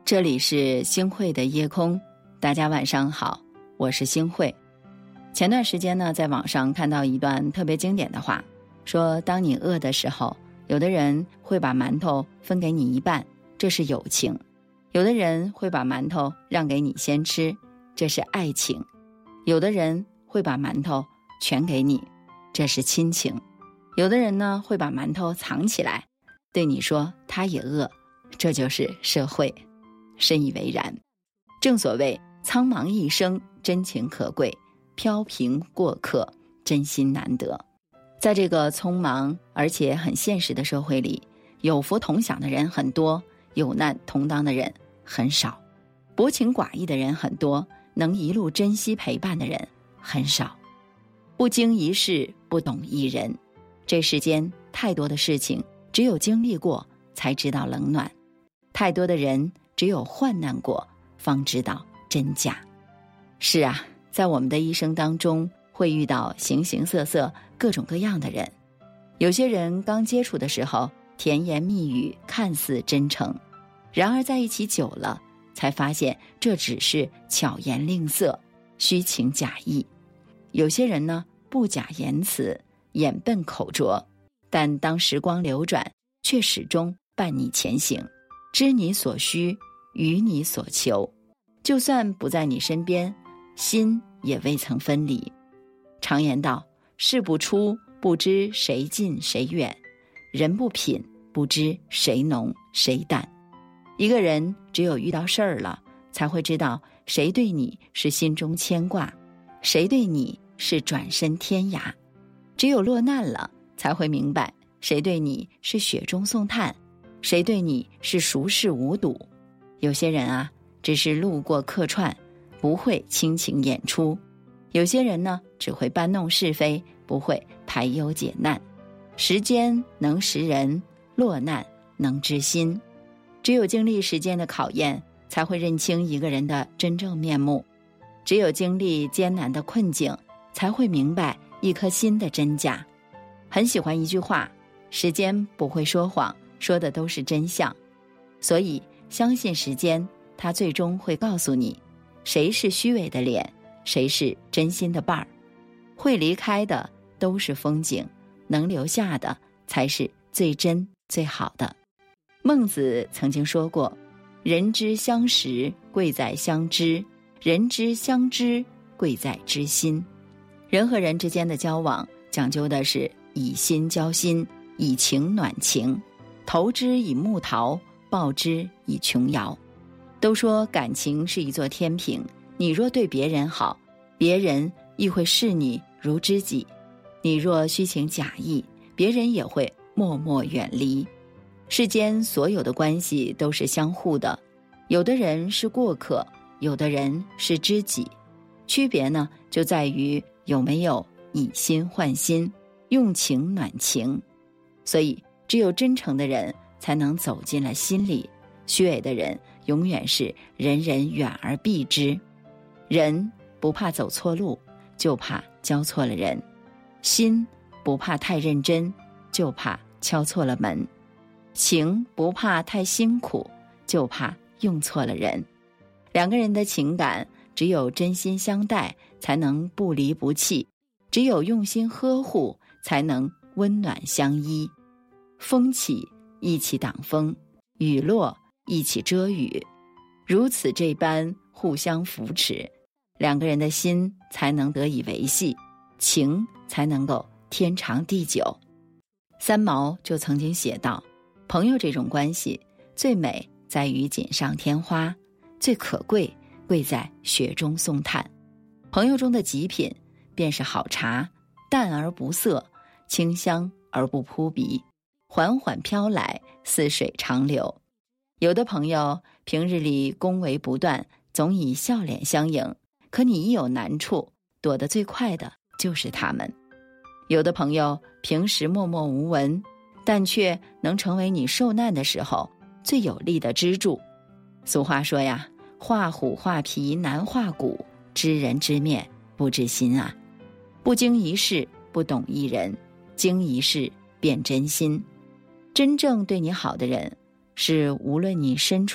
这里是星慧的夜空，大家晚上好，我是星慧。前段时间呢，在网上看到一段特别经典的话，说当你饿的时候，有的人会把馒头分给你一半，这是友情；有的人会把馒头让给你先吃，这是爱情；有的人会把馒头全给你，这是亲情；有的人呢，会把馒头藏起来，对你说他也饿，这就是社会。深以为然。正所谓苍茫一生，真情可贵，飘萍过客，真心难得。在这个匆忙而且很现实的社会里，有福同享的人很多，有难同当的人很少。薄情寡义的人很多，能一路珍惜陪伴的人很少。不经一事，不懂一人。这世间太多的事情，只有经历过才知道冷暖；太多的人，只有患难过方知道真假。是啊，在我们的一生当中，会遇到形形色色各种各样的人。有些人刚接触的时候，甜言蜜语看似真诚，然而在一起久了，才发现这只是巧言令色，虚情假意。有些人呢，不假言辞，眼笨口拙，但当时光流转，却始终伴你前行，知你所需，与你所求，就算不在你身边，心也未曾分离。常言道，事不出，不知谁近谁远；人不品，不知谁浓谁淡。一个人只有遇到事儿了，才会知道谁对你是心中牵挂，谁对你是转身天涯。只有落难了，才会明白谁对你是雪中送炭，谁对你是熟视无睹。有些人啊，只是路过客串，不会倾情演出；有些人呢，只会搬弄是非，不会排忧解难。时间能识人，落难能知心。只有经历时间的考验，才会认清一个人的真正面目；只有经历艰难的困境，才会明白一颗心的真假。很喜欢一句话，时间不会说谎，说的都是真相。所以相信时间，它最终会告诉你，谁是虚伪的脸，谁是真心的伴儿。会离开的都是风景，能留下的才是最真最好的。孟子曾经说过，人之相识，贵在相知；人之相知，贵在知心。人和人之间的交往，讲究的是以心交心，以情暖情，投之以木桃，报之以琼瑶。都说感情是一座天平，你若对别人好，别人亦会视你如知己；你若虚情假意，别人也会默默远离。世间所有的关系都是相互的，有的人是过客，有的人是知己，区别呢，就在于有没有以心换心，用情暖情。所以只有真诚的人才能走进了心里，虚伪的人永远是人人远而避之。人不怕走错路，就怕交错了人；心不怕太认真，就怕敲错了门；情不怕太辛苦，就怕用错了人。两个人的情感，只有真心相待，才能不离不弃；只有用心呵护，才能温暖相依。风起一起挡风，雨落一起遮雨，如此这般互相扶持，两个人的心才能得以维系，情才能够天长地久。三毛就曾经写道，朋友这种关系，最美在于锦上添花，最可贵贵在雪中送炭。朋友中的极品，便是好茶，淡而不涩，清香而不扑鼻，缓缓飘来，似水长流。有的朋友平日里恭维不断，总以笑脸相迎，可你一有难处，躲得最快的就是他们。有的朋友平时默默无闻，但却能成为你受难的时候最有力的支柱。俗话说呀，画虎画皮难画骨，知人知面不知心啊。不经一事，不懂一人，经一事辨真心。真正对你好的人，是无论你身处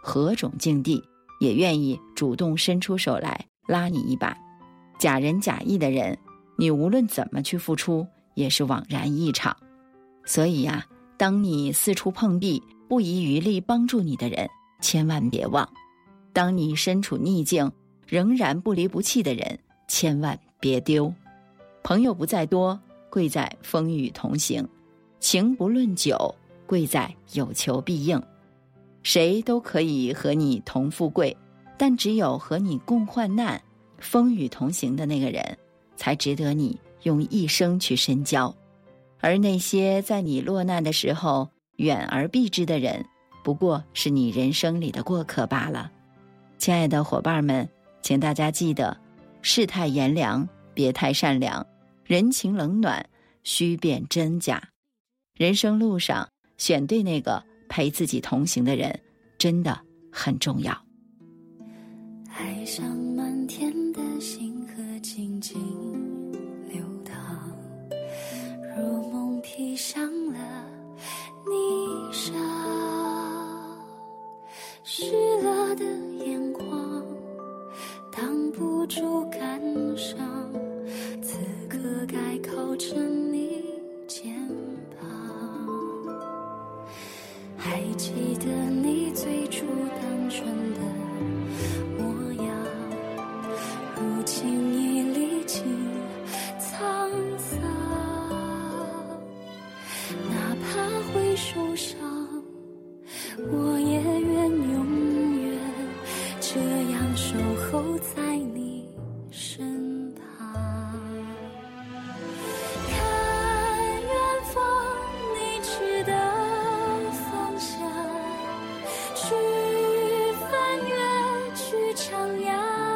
何种境地，也愿意主动伸出手来拉你一把。假仁假义的人，你无论怎么去付出，也是枉然一场。所以呀，当你四处碰壁，不遗余力帮助你的人，千万别忘；当你身处逆境，仍然不离不弃的人，千万别丢。朋友不在多，贵在风雨同行；情不论久，贵在有求必应。谁都可以和你同富贵，但只有和你共患难、风雨同行的那个人，才值得你用一生去深交。而那些在你落难的时候远而避之的人，不过是你人生里的过客罢了。亲爱的伙伴们，请大家记得，世态炎凉别太善良，人情冷暖须辨真假。人生路上选对那个陪自己同行的人，真的很重要。 爱上满天的星河静静流淌，如梦披上了霓裳，湿了的眼眶挡不住感伤，此刻该靠着你肩膀。还记得你最初单纯的模样，如今已历尽沧桑，哪怕会受伤，我也愿永远这样守候在你身旁。看远方你指的方向，去翻越去徜徉，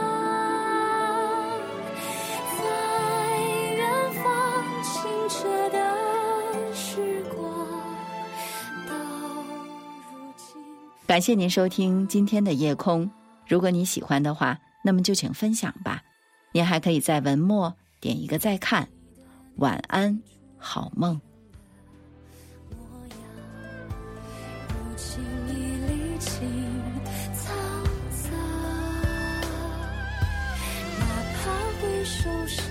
在远方清澈的时光，到如今。 感谢您收听今天的夜空，如果你喜欢的话，那么就请分享吧。您还可以在文末点一个再看。晚安，好梦。 如今已历尽沧桑，哪怕会受伤。